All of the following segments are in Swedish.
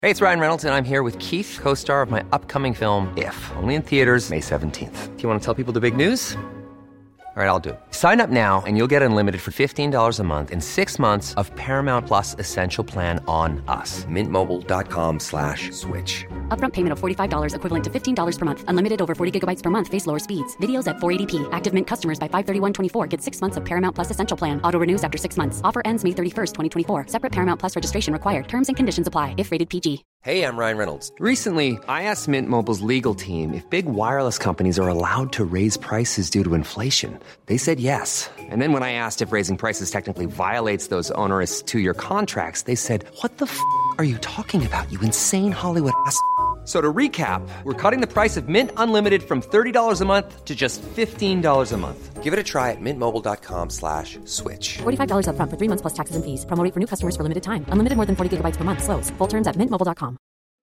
Hey, it's Ryan Reynolds, and I'm here with Keith, co-star of my upcoming film, If, only in theaters May 17th. Do you want to tell people the big news? All right, I'll do it. Sign up now and you'll get unlimited for $15 a month and 6 months of Paramount Plus Essential Plan on us. MintMobile.com/switch. Upfront payment of $45 equivalent to $15 per month. Unlimited over 40 gigabytes per month. Face lower speeds. Videos at 480p. Active Mint customers by 531.24 get 6 months of Paramount Plus Essential Plan. Auto renews after 6 months. Offer ends May 31st, 2024. Separate Paramount Plus registration required. Terms and conditions apply if rated PG. Hey, I'm Ryan Reynolds. Recently, I asked Mint Mobile's legal team if big wireless companies are allowed to raise prices due to inflation. They said yes. And then when I asked if raising prices technically violates those onerous 2-year contracts, they said, "What the f*** are you talking about, you insane Hollywood ass?" So to recap, we're cutting the price of Mint Unlimited from $30 a month to just $15 a month. Give it a try at mintmobile.com/switch. $45 upfront for 3 months plus taxes and fees. Promo rate for new customers for limited time. Unlimited more than 40 gigabytes per month. Slows full terms at mintmobile.com.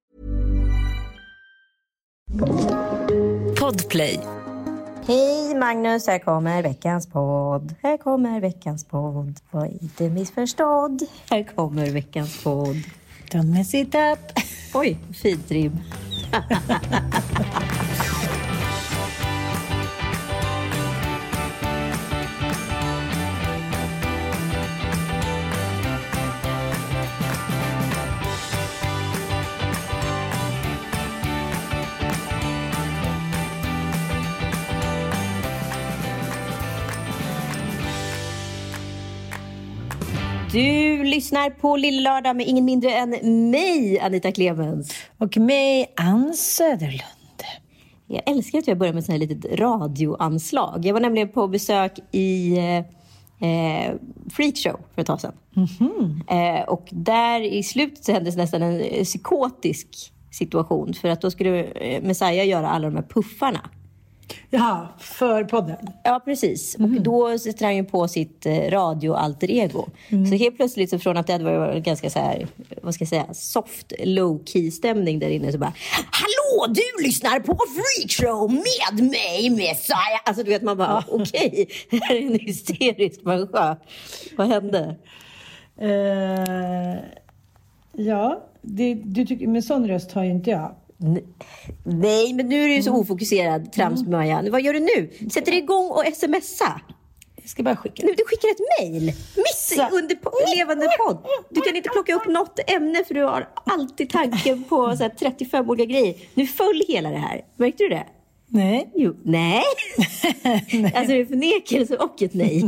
Podplay. Hej Magnus, här kommer veckans podd. Här kommer veckans podd. Var inte missförstådd. Här kommer veckans podd. Don't mess it up. Oj, fint rim. Du lyssnar på Lillelördag med ingen mindre än mig, Anita Clemens. Och mig, Ann Söderlund. Jag älskar att jag börjar med ett sånt här litet radioanslag. Jag var nämligen på besök i Freakshow för ett tag sedan. Mm-hmm. Och där i slutet så händes nästan en psykotisk situation. För att då skulle Messiah göra alla de här puffarna. Ja, för podden. Ja, precis. Och då sätter han ju på sitt radio-alter-ego. Så helt plötsligt så från att det var ganska så här, vad ska jag säga, soft, low-key-stämning där inne så bara, hallå, du lyssnar på Freakshow med mig, Messiah. Alltså du vet, man bara, okej, det här är en hysterisk människa. Vad hände? Ja, du tycker, med sån röst har ju inte jag. Nej, men nu är du ju så ofokuserad, trams med Maja. Vad gör du nu? Sätter du igång och smsa? Jag ska bara skicka. Nu, du skickar ett mejl mitt under levande podd. Du kan inte plocka upp något ämne för du har alltid tanken på så här 35 olika grejer. Nu följ hela det här. Märkte du det? Nej. Jo, nej. Nej. Alltså det är förnekelse och ett nej.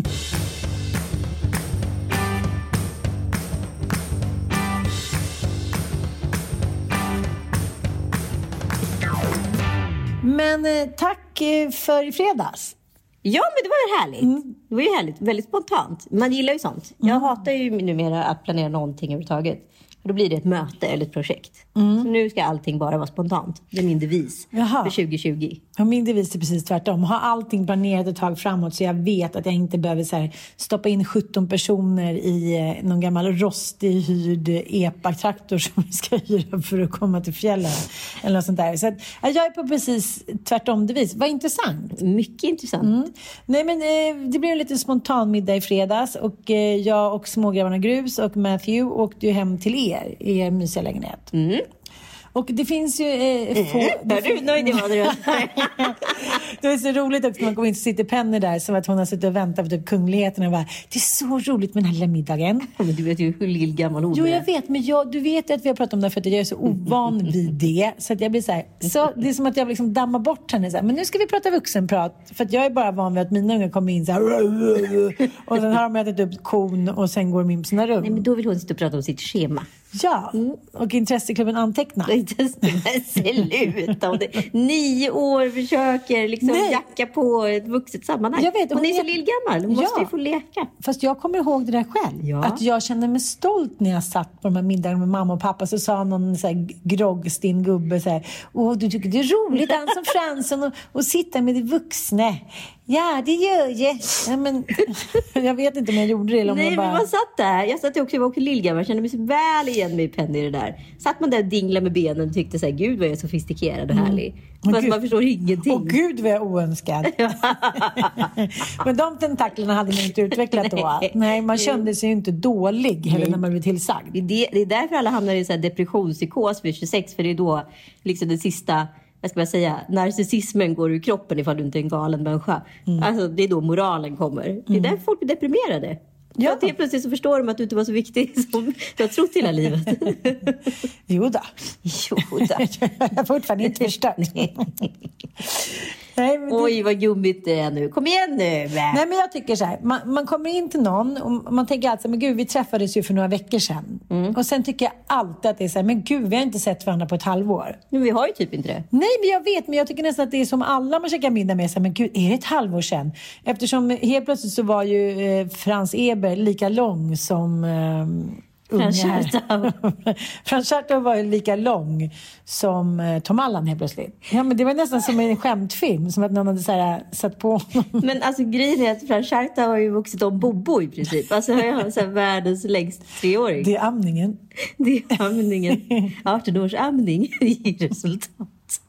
Men tack för i fredags. Ja, men det var ju härligt. Det var ju härligt, väldigt spontant. Man gillar ju sånt. Jag hatar ju numera att planera någonting överhuvudtaget. För då blir det ett möte eller ett projekt. Så nu ska allting bara vara spontant. Det är min devis för 2020. Ja, min devis är precis tvärtom. Ha allting planerat ett tag framåt så jag vet att jag inte behöver så här, stoppa in 17 personer i någon gammal rostig hyrd epa-traktor som vi ska hyra för att komma till fjällen. Eller något sånt där. Så att, jag är på precis tvärtom devis. Vad intressant. Mycket intressant. Nej, men det blev en liten spontan middag i fredags. Och jag och smågrabbarna Grus och Matthew åkte ju hem till er i er mysiga lägenhet. Och det finns ju Är du nöjd med det? Det är så roligt också när man kommer in och sitter Penny där som att hon har suttit och väntat på typ kungligheten och bara, det är så roligt med den här lilla middagen. Men du vet ju hur lillgammal hon är. Jo, jag vet, men du vet att vi har pratat om det för att jag är så ovan vid det. Så att jag blir så här, så det är som att jag liksom dammar bort henne så här, men nu ska vi prata vuxenprat. För att jag är bara van vid att mina unga kommer in så här och sen har de ätit upp kon och sen går de in på sina rum. Nej, men då vill hon sitta och prata om sitt schema. Ja, och intresseklubben antecknar. Sluta. 9 år försöker liksom jacka på ett vuxet sammanhang. Jag vet, hon är så lillgammal. Hon måste ju få leka. Fast jag kommer ihåg det där själv. Ja. Att jag kände mig stolt när jag satt på de här middagarna med mamma och pappa. Så sa någon så här groggstinn gubbe så här, åh, du tycker det är roligt, Ann som Fransson och sitta med det vuxna. Ja, det gör jag. Ja, men, jag vet inte om jag gjorde det. Eller om Nej, jag bara... men man satt där. Jag satt också, jag var också lillgammal. Jag kände mig så väl igen med Penny i det där. Satt man där och dinglade med benen och tyckte så här, gud vad jag är sofistikerad och härlig. Fast man förstår ingenting. Och gud vad jag är oönskad. Men de tentaklerna hade man inte utvecklat då. Nej, man kände sig ju inte dålig heller när man blev tillsagd. Det är därför alla hamnar i så här depressionspsykos vid 26. För det är då liksom det sista... Jag ska bara säga, narcissismen går ur kroppen ifall du inte är en galen människa. Alltså det är då moralen kommer. Det är därför folk blir deprimerade. Ja. För att helt plötsligt så förstår de att du inte var så viktig som du har trott hela livet. Jo då. Jag har fortfarande inte förstått. Nej, men oj, vad gummigt det är nu. Kom igen nu. Nej, men jag tycker så här. Man kommer in till någon och man tänker alltså, men gud, vi träffades ju för några veckor sedan. Och sen tycker jag alltid att det är så här, men gud, vi har inte sett varandra på ett halvår. Men vi har ju typ inte det. Nej, men jag vet, men jag tycker nästan att det är som alla man käkar middag med. Så här, men gud, är det ett halvår sedan? Eftersom helt plötsligt så var ju Frans Eber lika lång som... Frans Schartau var ju lika lång som Tom Allan helt plötsligt. Ja, men det var nästan som en skämtfilm, som att någon hade så här, satt på honom. Men alltså grejen är att Frans Schartau har ju vuxit om Bobo i princip. Alltså jag har så här världens längst 3-åring. Det är amningen. Det är amningen. 18 års amning ger resultat.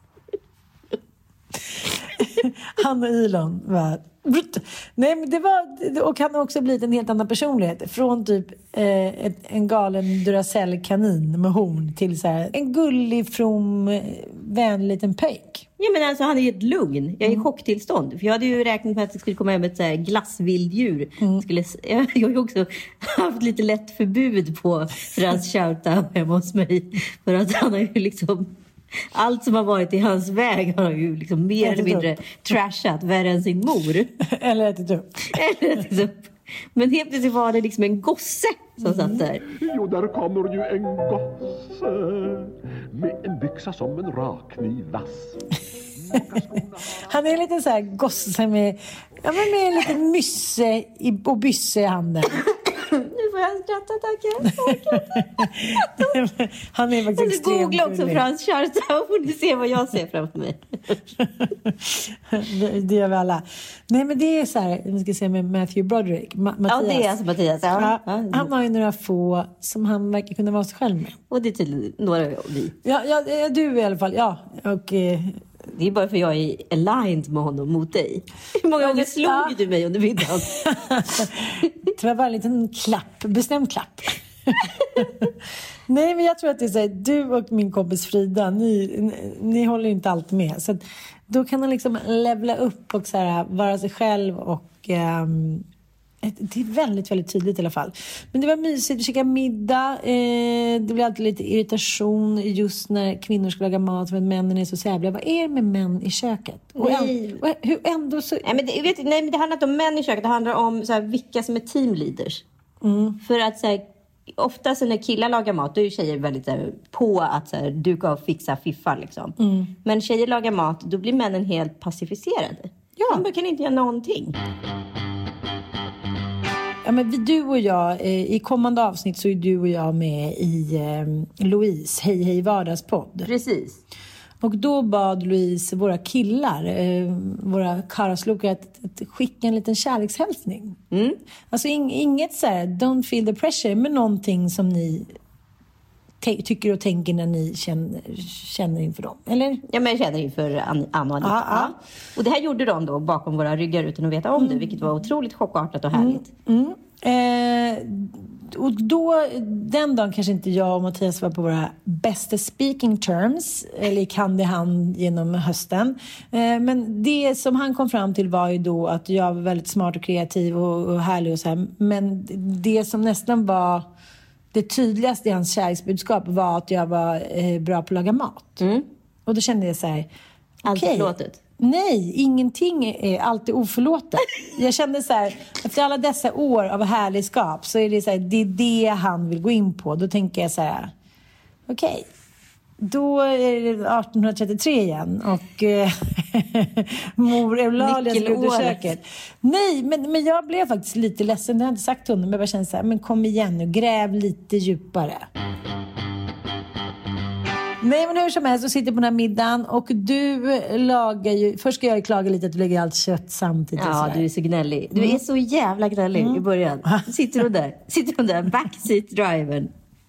Han och Elon var... Nej, men det var... Och han har också blivit en helt annan personlighet. Från typ en galen Duracell-kanin med horn till så här, en gullig, from, vänlig liten pöjk. Ja, men alltså han är ett lugn. Jag är i chocktillstånd. För jag hade ju räknat med att det skulle komma hem ett så här glassvilddjur. Jag har ju också haft lite lätt förbud på Frans Schartau hemma hos mig. För att han har ju liksom... Allt som har varit i hans väg har han ju liksom mer eller mindre trashat, värre än sin mor. Eller ätit upp. Men helt plötsligt var det liksom en gosse som satt där. Jo, där kommer ju en gosse med en byxa som en rakkniv vass. Han är en liten så här gosse med en liten mysse och bysse i handen. Nu får jag skratta, tack. Han är faktiskt extremt googla också Frans Schartau och ni ser vad jag ser framför mig. Det gör vi alla. Nej, men det är så här, vi ska se med Matthew Broderick. Mattias. Ja, det är alltså Mattias. Ja. Han har ju några få som han verkar kunna vara sig själv med. Och det är tydligen några vi. Ja, du i alla fall. Ja, och... Det är bara för jag är aligned med honom mot dig. Hur många gånger slog du mig under middagen? Det var bara en liten bestämd klapp. Nej, men jag tror att det är så här, du och min kompis Frida, ni håller inte alltid med. Så att då kan han liksom levla upp och så här, vara sig själv och... det är väldigt, väldigt tydligt i alla fall. Men det var mysigt, vi käkade middag. Det blir alltid lite irritation just när kvinnor ska laga mat för att männen är så sävliga. Vad är det med män i köket? Hur ändå så... Nej, men det handlar inte om män i köket. Det handlar om så här, vilka som är teamleaders. För att så här, ofta så när killar lagar mat, då är ju tjejer väldigt så här, på att så här, duka och fixa fiffa liksom. Men tjejer lagar mat, då blir männen helt pacificerade. Ja. De kan inte göra någonting. Ja, men du och jag, i kommande avsnitt så är du och jag med i Louise Hej vardagspodd. Precis. Och då bad Louise våra killar, våra karaslokar att skicka en liten kärlekshälsning. Alltså inget så här, don't feel the pressure, men någonting som ni tycker och tänker när ni känner inför dem, eller? Ja, men jag känner inför Anna och Anita. Och det här gjorde de då bakom våra ryggar utan att veta om det, vilket var otroligt chockartat och härligt. Och då, den dagen kanske inte jag och Mattias var på våra bästa speaking terms, eller gick hand i hand genom hösten. Men det som han kom fram till var ju då att jag var väldigt smart och kreativ och härlig och så här. Men det som nästan var det tydligaste i hans kärleksbudskap var att jag var bra på att laga mat. Och då kände jag så här... Allt är förlåtet. Nej, ingenting är alltid oförlåtet. Jag kände så här, efter alla dessa år av härligskap så är det så här, det är det han vill gå in på. Då tänker jag så här, okej. Då är det 1833 igen och mor Eulalia ska ut i köket. Nej, men jag blev faktiskt lite ledsen. Det har jag inte sagt till honom, men jag bara kände så här, men kom igen nu, gräv lite djupare. Nej, men hur som helst så sitter på den här middagen och du lagar ju... Först ska jag klaga lite att du lägger allt kött samtidigt. Ja, du är så gnällig. Du är så jävla gnällig i början. Sitter hon där, backseat-driven.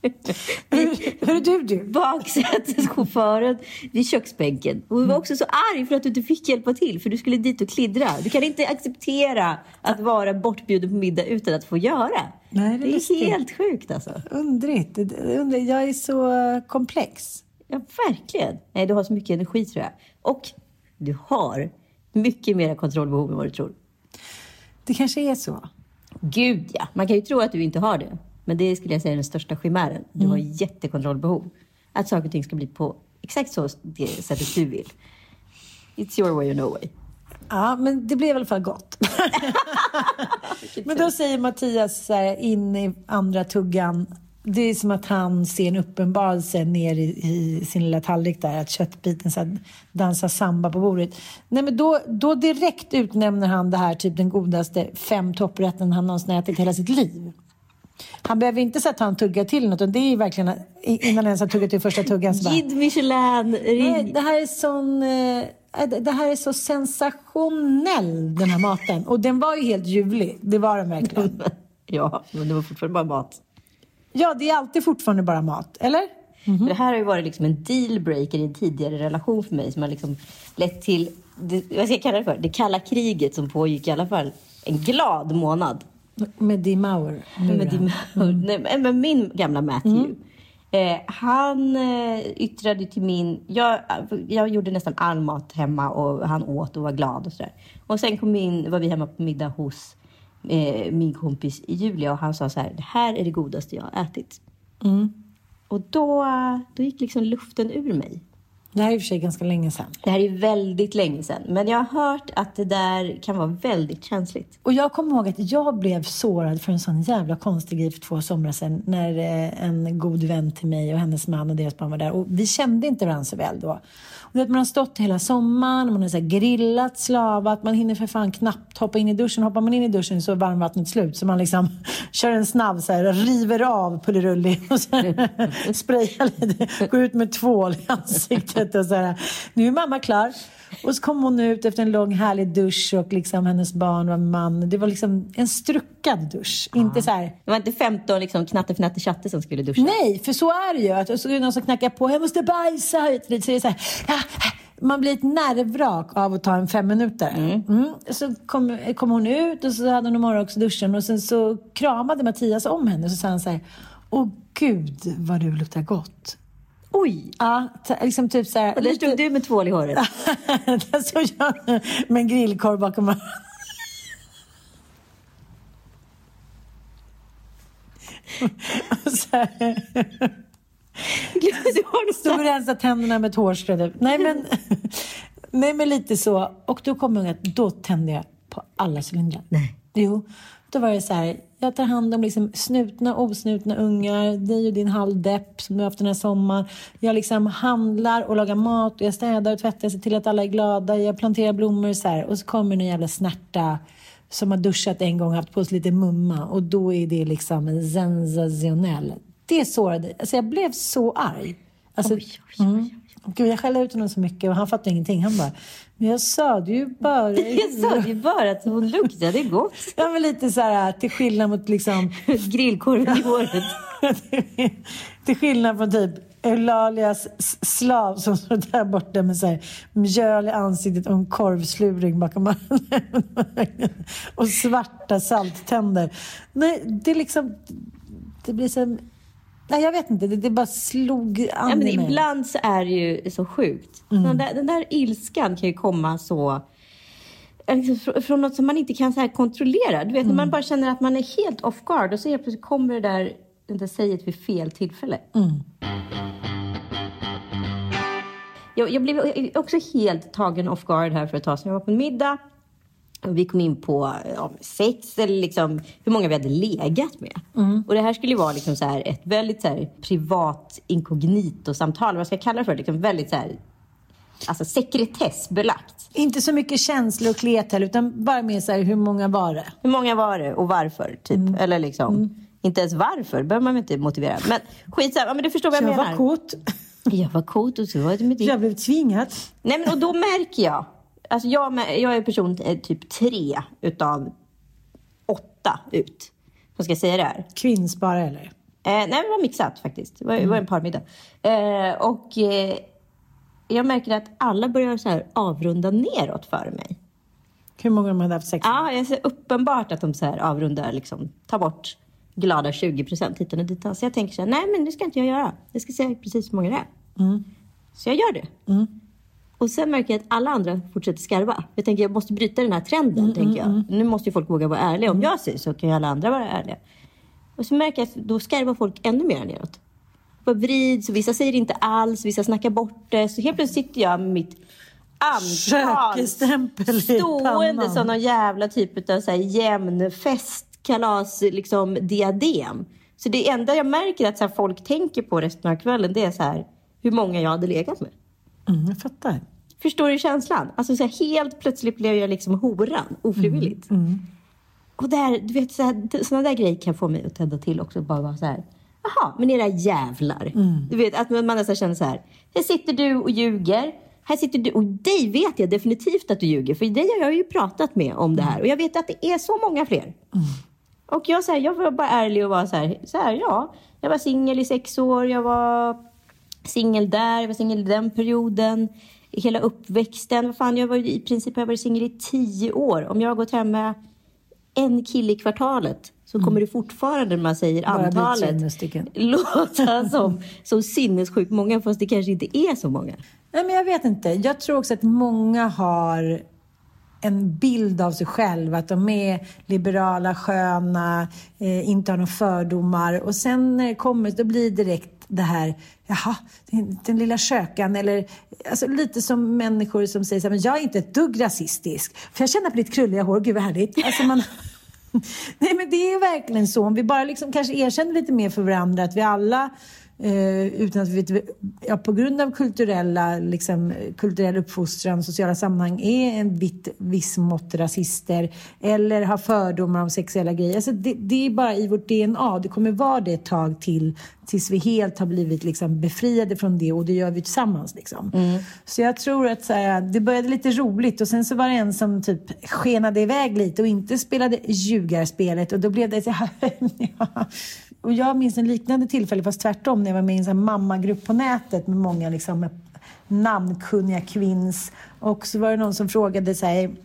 Hur är du? Baksäteschauffören vid köksbänken. Och du var också så arg för att du inte fick hjälpa till. För du skulle dit och klidra. Du kan inte acceptera att vara bortbjuden på middag utan att få göra. Nej, det är helt sjukt alltså. Undrigt. Jag är så komplex. Ja, verkligen. Nej, du har så mycket energi tror jag. Och du har mycket mer kontrollbehov än vad du tror. Det kanske är så. Gud ja, man kan ju tro att du inte har det. Men det skulle jag säga är den största chimären. Du har jättekontrollbehov. Att saker och ting ska bli på exakt så det sättet du vill. It's your way or no way. Ja, men det blev i alla fall gott. Men då säger Mattias så här, in i andra tuggan. Det är som att han ser en uppenbarelse ner i sin lilla tallrik där. Att köttbiten så här, dansar samba på bordet. Nej, men då direkt utnämner han det här typ den godaste 5 topprätten han någonsin ätit hela sitt liv. Han behöver inte så att ta en tugga till något. Det är verkligen innan han ens har tuggat till första tuggan. Gid Michelin. Nej, det här är så sensationell, den här maten. Och den var ju helt ljuvlig. Det var den verkligen. Ja, men det var fortfarande bara mat. Ja, det är alltid fortfarande bara mat, eller? Mm-hmm. Det här har ju varit liksom en dealbreaker i en tidigare relation för mig. Som har liksom lett till, vad ska jag kalla det för? Det kalla kriget som pågick i alla fall en glad månad. Med Dee Mauer. Nej, men min gamla Matthew. Han yttrade till min... Jag gjorde nästan all mat hemma och han åt och var glad och sådär. Och sen var vi hemma på middag hos min kompis Julia och han sa så här: det här är det godaste jag har ätit. Och då gick liksom luften ur mig. Det här är i och för sig ganska länge sedan. Det här är väldigt länge sedan. Men jag har hört att det där kan vara väldigt känsligt. Och jag kommer ihåg att jag blev sårad för en sån jävla konstig grej för 2 somrar sedan. När en god vän till mig och hennes man och deras barn var där. Och vi kände inte varandra så väl då. Och man har stått hela sommaren. Man har så här grillat, slavat. Man hinner för fan knappt hoppa in i duschen. Hoppar man in i duschen så är varmvattnet slut. Så man liksom kör en snabb så här, river av pullerulli. Och så här, sprayar lite. Går ut med tvål i ansiktet. Och så här, nu är mamma klar. Och så kom hon ut efter en lång härlig dusch. Och liksom hennes barn var man. Det var liksom en struckad dusch. Inte så här. Det var inte 15 liksom knatte chatte som skulle duscha. Nej, för så är det ju. Att så är det någon som knackar på. Jag måste bajsa. Så det är så här, man blir ett nervvrak av att ta en 5 minuter. Så kom hon ut och så hade hon morgon duschen. Och sen så kramade Mattias om henne. Och så sa han så här: åh gud vad du luktar gott. Oj! Ja, liksom typ så här. Och där stod du med tvål i håret. Där stod jag med en grillkorv bakom mig. Och så här. Stod och rensade tänderna med ett hårströ. Nej men lite så. Och då kom jag att då tände jag på alla cylindrar. Nej. Jo, då var det så här. Jag tar hand om liksom snutna och osnutna ungar. Det är ju din halvdepp som du har haft den här sommaren. Jag liksom handlar och lagar mat. Och jag städar och tvättar. Jag ser till att alla är glada. Jag planterar blommor så här. Och så kommer en jävla snärta som har duschat en gång och haft på sig lite mumma. Och då är det liksom sensationell. Det sårade. Alltså jag blev så arg. Alltså, Gud, jag skällde ut honom så mycket och han fattade ingenting. Han bara, men jag sa det ju bara. Jag sa det ju bara att hon luktade gott. Ja, men lite så här till skillnad mot liksom grillkorven i håret. Till skillnad från typ Eulalias slav som står där borta med så här mjöl i ansiktet och en korvsluring bakom armen. Och svarta salttänder. Nej, det är liksom, det blir så. Nej, jag vet inte. Det bara slog an men i mig. Ibland så är det ju så sjukt. Den där ilskan kan ju komma så liksom, från något som man inte kan så här kontrollera. Du vet, när man bara känner att man är helt off guard. Och så plötsligt kommer det där säget vid fel tillfälle. Jag blev också helt tagen off guard här för ett tag sedan. Jag var på en middag. Och vi kom in på sex eller liksom hur många vi hade legat med. Och det här skulle ju vara liksom så här ett väldigt så här privat inkognito-samtal. Vad ska jag kalla det för? Liksom väldigt så här, alltså sekretessbelagt. Inte så mycket känsla och kletel utan bara mer så här, hur många var det? Hur många var det och varför typ. Eller liksom, inte ens varför behöver man inte motivera. Men skit så här, men du förstår vad jag menar. Jag var kort. Ja, vad coolt. Och så var det med det. Jag blev tvingad. Nej, men och då märker jag. Alltså jag är person typ 3 utav 8 ut. Vad ska jag säga det här? Kvinnspara eller? Nej, det var mixat faktiskt. Det var en parmiddag. Jag märker att alla börjar så här avrunda neråt för mig. Hur många de hade haft sex? Ja, jag ser uppenbart att de så här avrundar, liksom, tar bort glada 20% hit och dit. Så jag tänker så här, nej men det ska inte jag göra. Jag ska säga precis hur många det är. Så jag gör det. Och sen märker jag att alla andra fortsätter skarva. Jag tänker jag måste bryta den här trenden, tänker jag. Nu måste ju folk våga vara ärliga. Om jag säger så kan ju alla andra vara ärliga. Och så märker jag att då skarvar folk ännu mer neråt. Bara vrids, och vissa säger inte alls, vissa snackar bort det. Så helt plötsligt sitter jag med mitt antal stående som någon jävla typ av så här jämn festkalas, liksom diadem. Så det enda jag märker att så här, folk tänker på resten av kvällen, det är så här, hur många jag hade legat med. Jag fattar. Förstår du känslan? Alltså så här, helt plötsligt blev jag liksom horan, ofrivilligt. Och där, du vet, såna där grejer kan få mig att tända till också. Bara vara så här, jaha, men era jävlar. Du vet, att man nästan känner så här, här sitter du och ljuger. Här sitter du, och dig vet jag definitivt att du ljuger. För dig har jag ju pratat med om det här. Och jag vet att det är så många fler. Och jag var bara ärlig och var så här, ja. Jag var singel i 6 år, jag var singel där, jag var singel i den perioden. Hela uppväxten, jag var i princip singel i 10 år. Om jag har gått hem med en kille i kvartalet, så kommer det fortfarande, när man säger antalet, låta som sinnessjukt många, fast det kanske inte är så många. Nej, men jag vet inte. Jag tror också att många har en bild av sig själv, att de är liberala, sköna, inte har några fördomar. Och sen när det kommer, då blir det direkt det här, jaha, den lilla kökan, eller alltså lite som människor som säger så här, men jag är inte ett dugg rasistisk, för jag känner på ditt krulliga hår, gud vad härligt. Alltså man nej, men det är verkligen så. Om vi bara liksom kanske erkänner lite mer för varandra att vi alla, utan att vi på grund av kulturell uppfostran, sociala sammanhang, är en viss mått rasister eller har fördomar om sexuella grejer. Alltså det är bara i vårt DNA. Det kommer vara det ett tag tills vi helt har blivit liksom befriade från det, och det gör vi tillsammans liksom. Så jag tror att så här, det började lite roligt, och sen så var det en som typ skenade iväg lite och inte spelade ljugarspelet, och då blev det så här ja. Och jag minns en liknande tillfälle, fast tvärtom, när jag var med i en sån här mammagrupp på nätet med många liksom namnkunniga kvinns. Och så var det någon som frågade sig,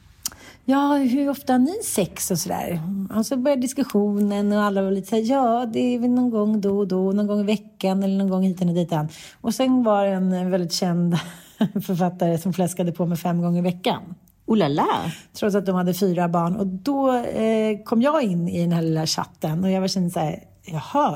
ja, hur ofta har ni sex och sådär? Och så började diskussionen, och alla var lite så här, ja, det är väl någon gång då och då, någon gång i veckan eller någon gång hit och ditan. Och sen var det en väldigt känd författare som fläskade på med 5 gånger i veckan. Olala. Trots att de hade 4 barn. Och då kom jag in i den här lilla chatten, och jag kände så här, jaha.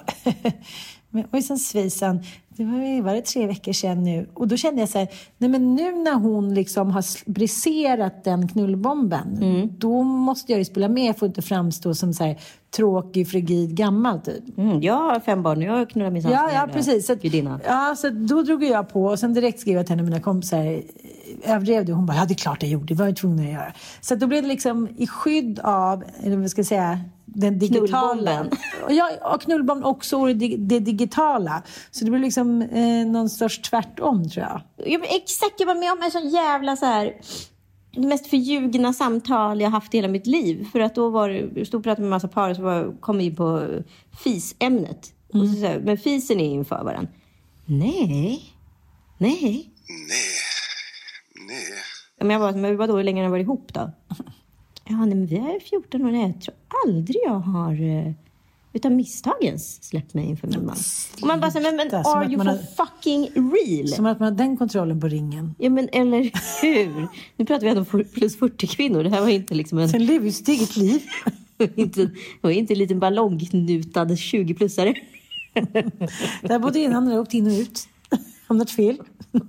Och sen svisen, det var det 3 veckor sedan nu. Och då kände jag så här, nej men nu när hon liksom har briserat den knullbomben, då måste jag ju spela med för att inte framstå som så här tråkig, frigid, gammal typ. Jag har 5 barn, jag knullar min samma. Ja, precis. Så då drog jag på, och sen direkt skrev jag till henne, mina kompisar överdrev det. Hon bara, ja det är klart jag gjorde, det var jag tvungen att göra. Så då blev det liksom i skydd av, eller vad ska jag säga, den digitala. Och knullbomben också, och det digitala. Så det blir liksom någon sorts tvärtom, tror jag. Ja, men exakt, jag var med om en sån jävla så här, det mest förljugna samtal jag haft i hela mitt liv. För att då stod och pratade med en massa par, så kom vi på fisämnet. Och så här, men fisen är inför varandra. Nej. Men jag bara, men vadå, hur länge har ni varit ihop då? Ja, nej, men vi är 14 år. Jag tror aldrig jag har utan misstagens släppt mig inför min man. Och man bara säger, men are you for fucking real? Som att man har den kontrollen på ringen. Ja, men eller hur? Nu pratar vi ändå plus 40 kvinnor. Det här var inte liksom en... Sen lever ju sitt eget liv. Det var inte en liten ballongknutad 20-plussare. Där både innan och åkt in och ut. Om något fel.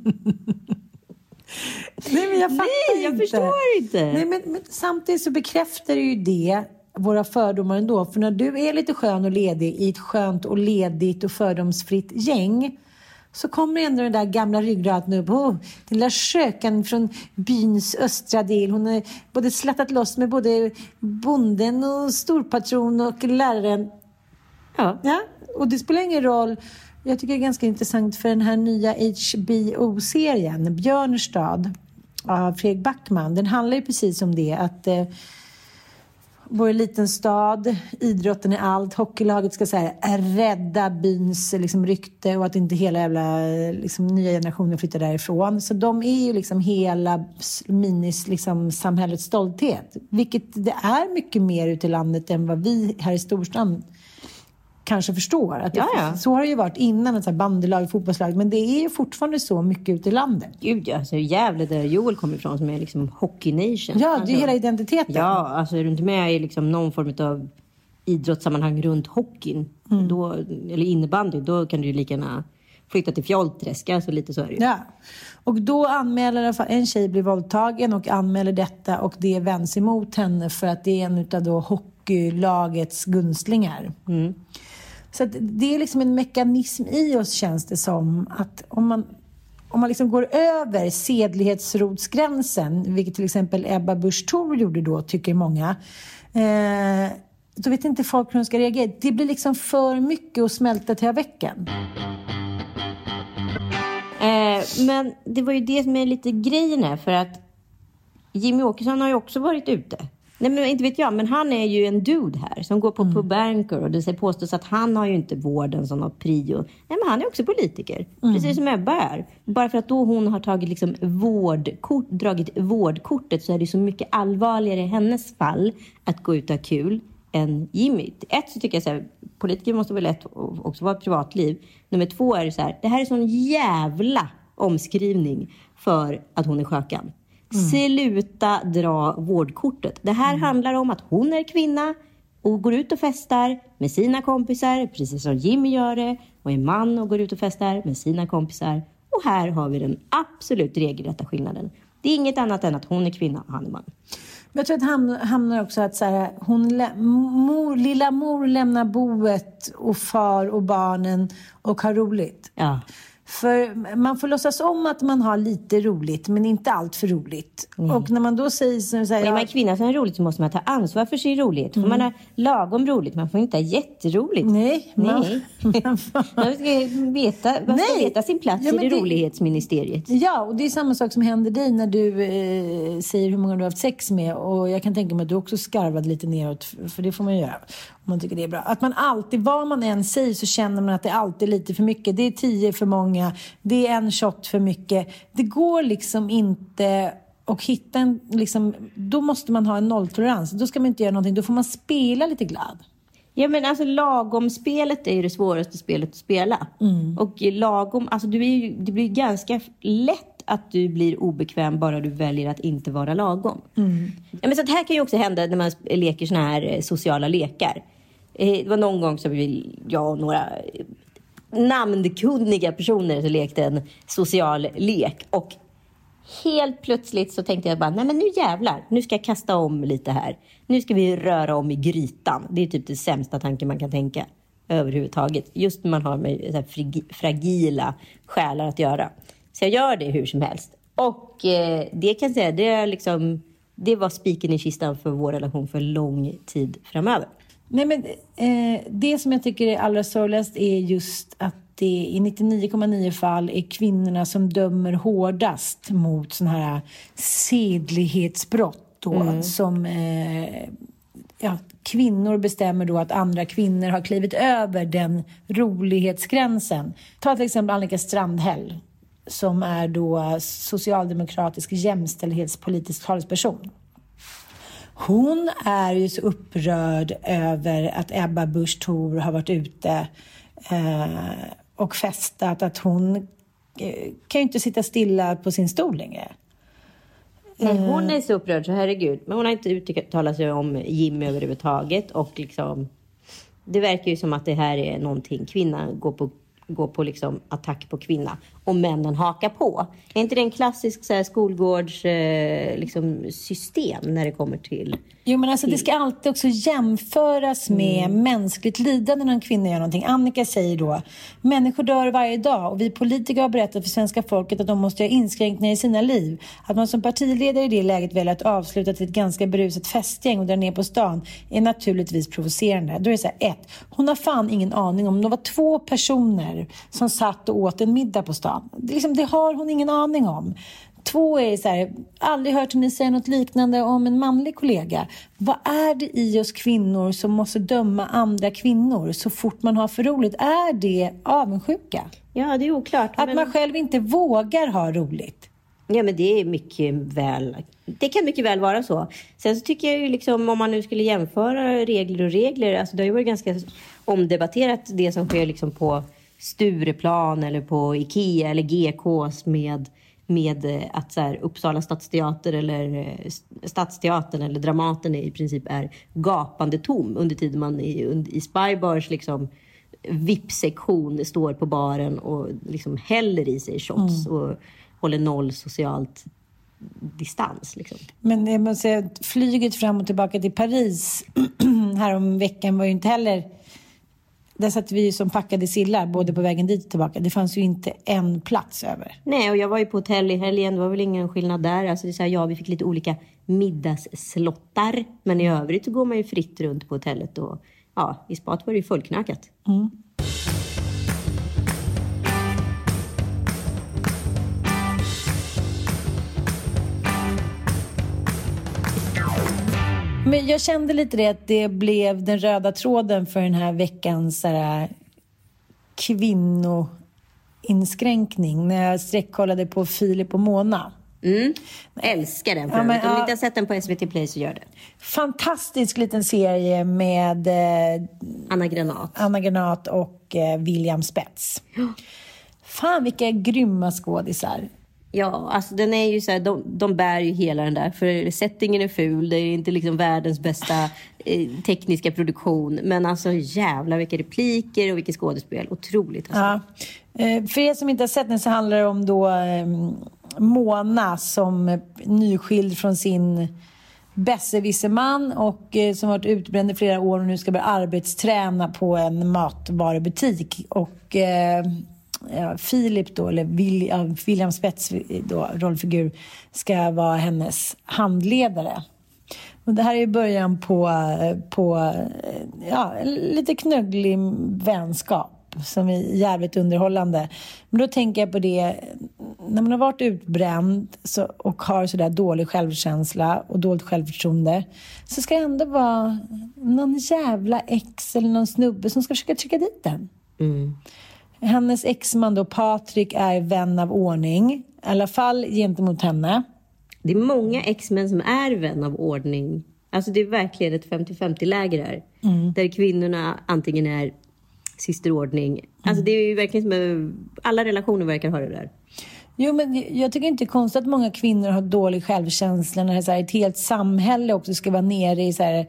Nej, men jag förstår inte. Nej, men samtidigt så bekräftar ju det våra fördomar ändå. För när du är lite skön och ledig i ett skönt och ledigt och fördomsfritt gäng, så kommer ändå den där gamla ryggraden upp. Den lilla köken från byns östra del. Hon har både slattat loss med både bonden och storpatron och läraren. Ja. Och det spelar ingen roll. jag tycker det är ganska intressant för den här nya HBO-serien Björnstad av Fredrik Backman. Den handlar ju precis om det, att vår liten stad, idrotten är allt, hockeylaget ska säga rädda byns liksom rykte och att inte hela jävla liksom, nya generationer flyttar därifrån. Så de är ju liksom hela minis liksom, samhällets stolthet, vilket det är mycket mer ute i landet än vad vi här i storstan kanske förstår. Att så har det ju varit innan, ett bandylag, fotbollslag, men det är ju fortfarande så mycket ute i landet. Gud ja, så Gävle där Joel kommer ifrån som är liksom hockey nation. Ja, det är hela identiteten. Ja, alltså är du inte med i liksom någon form av idrottssammanhang runt hockeyn, då, eller innebandy, då kan du ju lika gärna flytta till Fjollträsk, alltså lite så är det ju. Ja, och då anmäler i alla fall en tjej blir våldtagen och anmäler detta, och det vänds emot henne för att det är en utav då hockeylagets gunstlingar. Så att det är liksom en mekanism i oss, känns det som, att om man liksom går över sedlighetsrotsgränsen, vilket till exempel Ebba Busch Thor gjorde då, tycker många, då vet inte folk hur de ska reagera. Det blir liksom för mycket att smälta till veckan. Men det var ju det som är lite grejen här, för att Jimmy Åkesson har ju också varit ute. Nej, men inte vet jag, men han är ju en dude här som går på Banker, och det påstås att han har ju inte vården som något prio. Nej, men han är också politiker, precis som Ebba är. Bara för att då hon har tagit liksom dragit vårdkortet, så är det så mycket allvarligare i hennes fall att gå ut och ha kul än Jimmy. Så tycker jag så här, politiker måste väl lätt också vara ett privatliv. Nummer 2 är det så här, det här är sån jävla omskrivning för att hon är skökan. Sluta dra vårdkortet. Det här handlar om att hon är kvinna och går ut och festar med sina kompisar, precis som Jimmy gör det, och är man och går ut och festar med sina kompisar. Och här har vi den absolut regelrätta skillnaden. Det är inget annat än att hon är kvinna och han är man. Men jag tror att hamnar också att så här, lilla mor lämnar boet och far och barnen och har roligt. Ja. För man får låtsas om att man har lite roligt, men inte allt för roligt. Och när man då säger så här, är man kvinna som är roligt, så måste man ta ansvar för sin rolighet. För man har lagom roligt, man får inte ha jätteroligt. Nej. Man ska veta sin plats i det rolighetsministeriet. Ja, och det är samma sak som händer dig när du säger hur många du har haft sex med. Och jag kan tänka mig att du också skarvade lite neråt, för det får man göra om man tycker det är bra. Att man alltid, vad man än säger, så känner man att det alltid är lite för mycket. Det är 10 för många, det är en shot för mycket. Det går liksom inte att hitta en, liksom, då måste man ha en nolltolerans. Då ska man inte göra någonting, då får man spela lite glad. Ja, men alltså lagom-spelet är ju det svåraste spelet att spela. Och lagom, alltså det blir ganska lätt att du blir obekväm bara du väljer att inte vara lagom. Ja, men så att här kan ju också hända när man leker såna här sociala lekar. Det var någon gång som jag och några namnkunniga personer så lekte en social lek. Och helt plötsligt så tänkte jag bara, nej men nu jävlar, nu ska jag kasta om lite här. Nu ska vi röra om i grytan. Det är typ det sämsta tanken man kan tänka överhuvudtaget. Just när man har med så här fragila själar att göra. Så jag gör det hur som helst. Och det kan jag säga, det var spiken i kistan för vår relation för lång tid framöver. Nej, men det som jag tycker är allra sorgligast är just att det i 99,9 fall är kvinnorna som dömer hårdast mot såna här sedlighetsbrott då, som kvinnor bestämmer då att andra kvinnor har klivit över den rolighetsgränsen. Ta till exempel Annika Strandhäll, som är då socialdemokratisk jämställdhetspolitisk talesperson. Hon är ju så upprörd över att Ebba Busch Thor har varit ute och festat, att hon kan ju inte sitta stilla på sin stol längre. Men hon är så upprörd, så herregud. Men hon har inte uttalat sig om Jimmy överhuvudtaget. Och liksom, det verkar ju som att det här är någonting. Kvinnan går på liksom attack på kvinna. och männen hakar på. Är inte det en klassisk så här, skolgårds liksom, system när det kommer till... Jo, men alltså det ska alltid också jämföras med mänskligt lidande när en kvinna gör någonting. Annika säger då, människor dör varje dag och vi politiker har berättat för svenska folket att de måste göra inskränkningar i sina liv. Att man som partiledare i det läget väljer att avsluta till ett ganska berusat festgäng och dra ner på stan är naturligtvis provocerande. Då är det så här, 1. Hon har fan ingen aning om det var 2 personer som satt och åt en middag på stan. Det har hon ingen aning om. 2 är så här, aldrig hört henne säga något liknande om en manlig kollega. Vad är det i oss kvinnor som måste döma andra kvinnor så fort man har för roligt? Är det avundsjuka? Ja, det är oklart. Att man själv inte vågar ha roligt. Ja, men det är mycket väl... Det kan mycket väl vara så. Sen så tycker jag ju liksom, om man nu skulle jämföra regler och regler, alltså det har ju varit ganska omdebatterat det som sker liksom på Stureplan eller på Ikea eller GKs med att så här, Uppsala stadsteater eller Stadsteatern eller Dramaten i princip är gapande tom under tiden man i Spybars liksom VIP-sektion står på baren och liksom häller i sig shots och håller noll socialt distans liksom. Men jag måste säga att flyget fram och tillbaka till Paris här om veckan var ju inte heller... Där satt vi som packade sillar både på vägen dit och tillbaka. Det fanns ju inte en plats över. Nej, och jag var ju på hotell i helgen. Det var väl ingen skillnad där. Alltså det är så här, ja, vi fick lite olika middagsslottar. Men i övrigt så går man ju fritt runt på hotellet. Och ja, i spat var det ju fullknackat. Mm. Men jag kände lite det att det blev den röda tråden för den här veckans kvinnoinskränkning. När jag sträckkollade på Filip och Mona. Älskar den. Om ni inte har sett den på SVT Play så gör det. Fantastisk liten serie med Anna Granat och William Spets. Fan vilka grymma skådisar. Ja, alltså den är ju så här, de bär ju hela den där. För settingen är ful, det är inte liksom världens bästa tekniska produktion. Men alltså jävla vilka repliker och vilka skådespel. Otroligt alltså. Ja. För er som inte har sett den så handlar det om då Mona som nyskild från sin besserwisserman och som varit utbränd i flera år och nu ska börja arbetsträna på en matvarubutik. Och... Filip då, eller William Spets då, rollfigur ska vara hennes handledare. Och det här är början på lite knögglig vänskap som är jävligt underhållande. Men då tänker jag på det, när man har varit utbränd och har sådär dålig självkänsla och dåligt självförtroende, så ska det ändå vara någon jävla ex eller någon snubbe som ska försöka trycka dit den. Hennes exman då, Patrik, är vän av ordning. I alla fall gentemot henne. Det är många exmän som är vän av ordning. Alltså det är verkligen ett 50-50-läger här. Där kvinnorna antingen är systerordning. Alltså det är ju verkligen som alla relationer verkar ha det där. Jo, men jag tycker inte det är konstigt att många kvinnor har dålig självkänsla när så här, ett helt samhälle också ska vara nere i så här...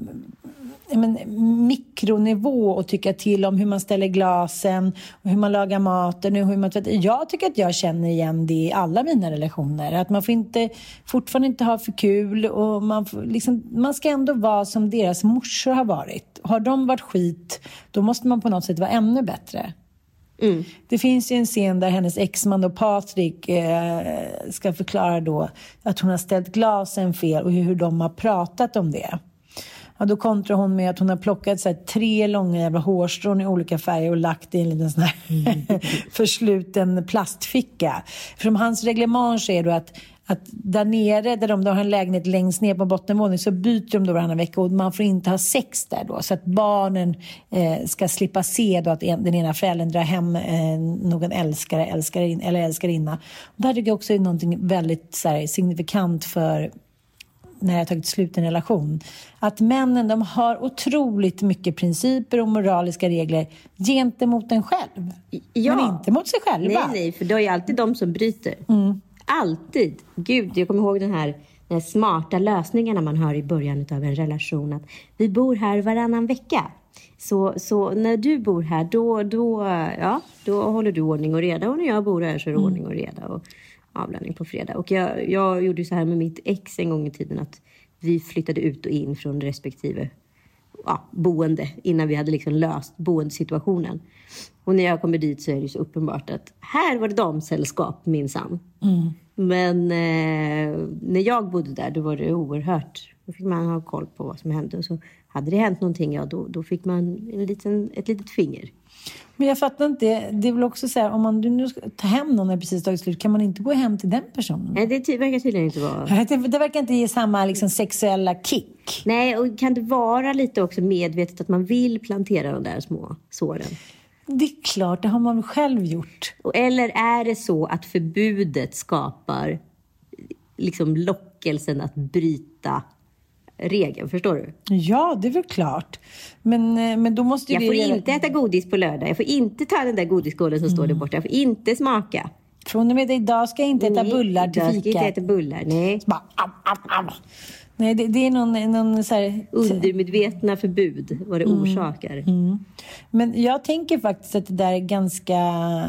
mikronivå och tycka till om hur man ställer glasen och hur man lagar maten och hur man tvättar. Jag tycker att jag känner igen det i alla mina relationer. Att man får fortfarande inte ha för kul och man ska ändå vara som deras morsor har varit. Har de varit skit, då måste man på något sätt vara ännu bättre. Det finns ju en scen där hennes exman och Patrik ska förklara då att hon har ställt glasen fel och hur de har pratat om det. Ja, då kontrar hon med att hon har plockat så här 3 långa jävla hårstrån i olika färger och lagt i en liten sån här försluten plastficka. För som hans reglemang är då att där nere, där de har en lägenhet längst ner på bottenvåningen, så byter de då varannan vecka och man får inte ha sex där då. Så att barnen ska slippa se då att den ena föräldern drar hem någon älskarinna. Och där tycker jag också är någonting väldigt så här, signifikant för när jag har tagit slut en relation. Att männen, de har otroligt mycket principer och moraliska regler gentemot en själv. Ja. Men inte mot sig själva. Nej, för det är ju alltid de som bryter. Alltid. Gud, jag kommer ihåg den här smarta lösningarna man har i början av en relation. Att vi bor här varannan vecka. Så när du bor här, då håller du ordning och reda. Och när jag bor här så är det ordning och reda och avlöning på fredag. Och jag gjorde så här med mitt ex en gång i tiden att vi flyttade ut och in från respektive boende innan vi hade liksom löst boendesituationen. Och när jag kommer dit så är det så uppenbart att här var det damsällskap minsann. Men när jag bodde där då var det oerhört. Då fick man ha koll på vad som hände. Och så hade det hänt någonting, då fick man ett litet finger. Men jag fattar inte, det är väl också så här, om man nu ska ta hem någon när precis tagit slut, kan man inte gå hem till den personen? Nej, det verkar tydligen inte vara. Det verkar inte ge samma liksom sexuella kick. Nej, och kan det vara lite också medvetet att man vill plantera de där små såren? Det är klart, det har man själv gjort. Eller är det så att förbudet skapar liksom lockelsen att bryta regeln, förstår du? Ja, det är väl klart. Men då måste jag får inte äta godis på lördag. Jag får inte ta den där godisskålen som står där borta. Jag får inte smaka. Från och med idag ska jag inte äta bullar till fika. Jag ska inte äta bullar, nej. Bara, nej, det är någon så här undermedvetna förbud vad det orsakar. Men jag tänker faktiskt att det där är ganska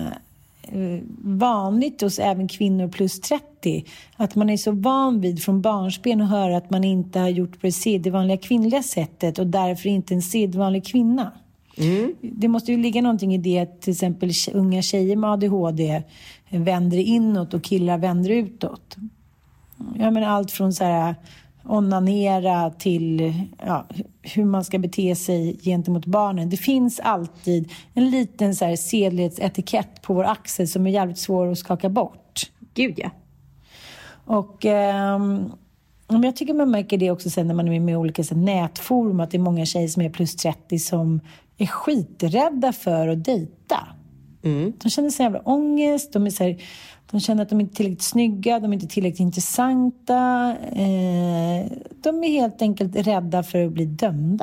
vanligt hos även kvinnor plus 30. Att man är så van vid från barnsben att höra att man inte har gjort på det sedvanliga kvinnliga sättet och därför inte en sedvanlig kvinna. Det måste ju ligga någonting i det att till exempel unga tjejer med ADHD vänder inåt och killar vänder utåt. Jag menar allt från så här onanera till hur man ska bete sig gentemot barnen. Det finns alltid en liten så här sedlighetsetikett på vår axel som är jävligt svår att skaka bort. Gud, ja. Och jag tycker man märker det också sen när man är med i olika så här, nätforum, att det är många tjejer som är plus 30 som är skiträdda för att dejta. De känner så jävla ångest, de är så här, de känner att de inte är tillräckligt snygga, de är inte tillräckligt intressanta. De är helt enkelt rädda för att bli dömda.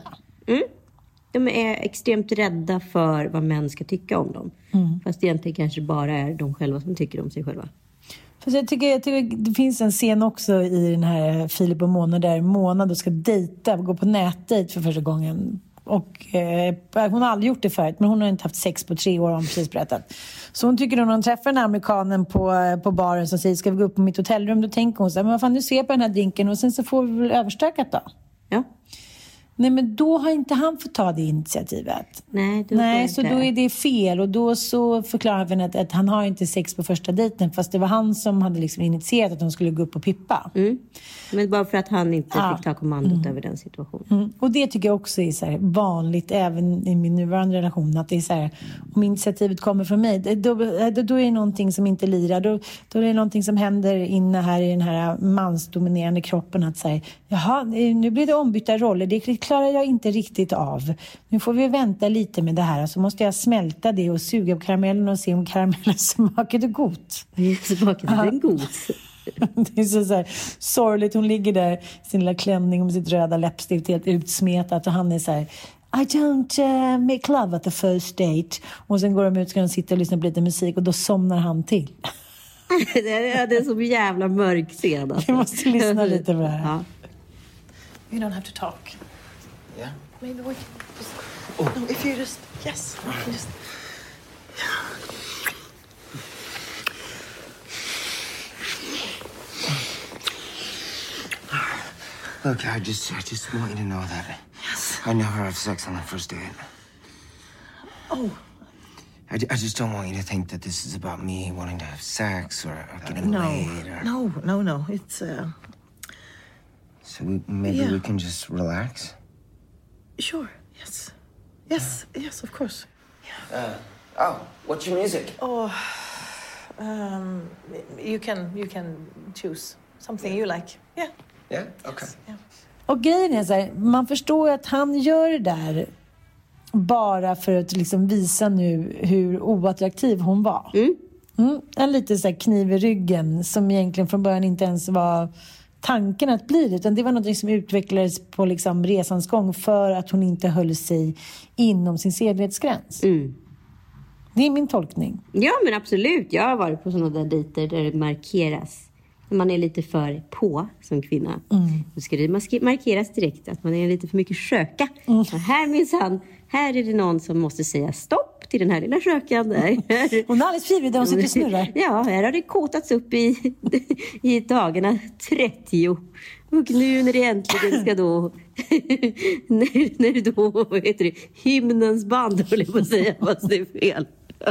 De är extremt rädda för vad män ska tycka om dem. Fast egentligen kanske bara är de själva som tycker om sig själva. Fast jag tycker det finns en scen också i den här Filip och Mona där Mona då ska dejta, gå på nätdejt för första gången. Och hon har aldrig gjort det förut, men hon har inte haft sex på 3 år, har hon precis berättat. Så hon tycker då när hon träffar den här amerikanen på baren som säger ska vi gå upp på mitt hotellrum, då tänker hon så här, men vad fan, du ser på den här drinken och sen så får vi väl överstökat då. Ja. Nej, men då har inte han fått ta det initiativet. Nej, så då är det fel. Och då så förklarar han att han har inte sex på första dejten, fast det var han som hade liksom initierat att de skulle gå upp och pippa. Men bara för att han inte fick ta kommandot över den situationen. Och det tycker jag också är så här vanligt även i min nuvarande relation, att det är så här, om initiativet kommer från mig, då är det någonting som inte lirar. Då är det någonting som händer inne här i den här mansdominerande kroppen, att säga, jaha, nu blir det ombytta roller, det klarar jag inte riktigt av. Nu får vi vänta lite med det här, så måste jag smälta det och suga på karamellen och se om karamellen smakade gott. Smakade den god? Det är så här sorgligt. Hon ligger där i sin lilla klänning med sitt röda läppstift helt utsmetat och han är så här, I don't make love at the first date. Och sen går de ut och ska sitta och lyssna på lite musik och då somnar han till. Det är så jävla mörk scen alltså. Vi måste lyssna lite på det här. Ja. You don't have to talk. Yeah? Maybe we can just... No, if you just... Yes, we can just... Look, I just want you to know that I never have sex on the first date. Oh. I just don't want you to think that this is about me wanting to have sex or getting laid. Or... No. It's, So maybe we can just relax? Sure, yes. Yes, of course. What's your music? You can choose something you like. Yeah. Yeah? Okay. Yeah. Och grejen är så här, man förstår att han gör det där bara för att liksom visa nu hur oattraktiv hon var. En lite så här kniv i ryggen som egentligen från början inte ens var tanken att bli det, utan det var något som utvecklades på liksom resans gång för att hon inte höll sig inom sin sedlighetsgräns. Det är min tolkning. Ja, men absolut. Jag har varit på sådana där dejter där det markeras Man är lite för på som kvinna. Då ska det markeras direkt att man är lite för mycket sköka. Här minsann, här är det någon som måste säga stopp till den här lilla skökan där. Hon är alldeles frivillig där hon sitter och snurrar. Ja, här har det kotats upp i dagarna 30. Och nu när det äntligen ska då när det då, vad heter det, hymnens band, håller jag på att säga, fast det är fel.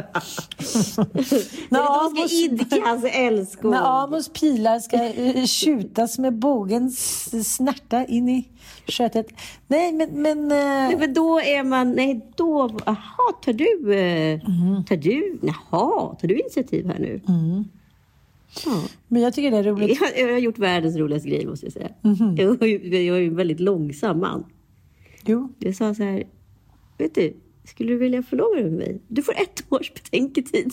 När Amos ska idkas älskog. När Amos pilar ska skjutas med bågens snärta in i skötet. Nej, men då är man, nej då, tar du initiativ här nu? Ja. Men jag tycker det är roligt. Jag har gjort världens roligaste grej, måste jag säga. Jag är ju väldigt långsam man. Jo. Jag sa så här, vet du, skulle du vilja förlova dig med mig? Du får 1 års betänketid.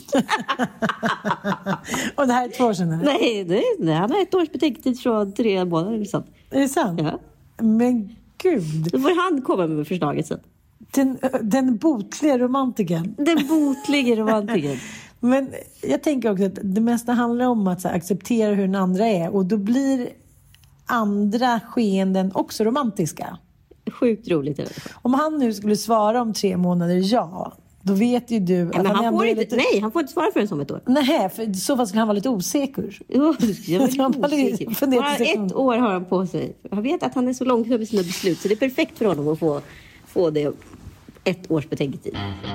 Och det här är 2 år sedan? Nej, han har 1 års betänketid från 3 månader. Så. Är det sant? Ja. Men gud. Då får han komma med förslaget sen. Den botliga romantiken. Den botliga romantiken. Men jag tänker också att det mesta handlar om att acceptera hur den andra är. Och då blir andra skeenden också romantiska. Sjukt roligt. Om han nu skulle svara om 3 månader ja, då vet ju du att han får inte, nej, han får inte svara förrän om 1 år. Nej, för i så fall skulle han vara lite osäker. Bara 1 år har han på sig. Jag vet att han är så långsam i sina beslut, så det är perfekt för honom att få det 1 års betänketid.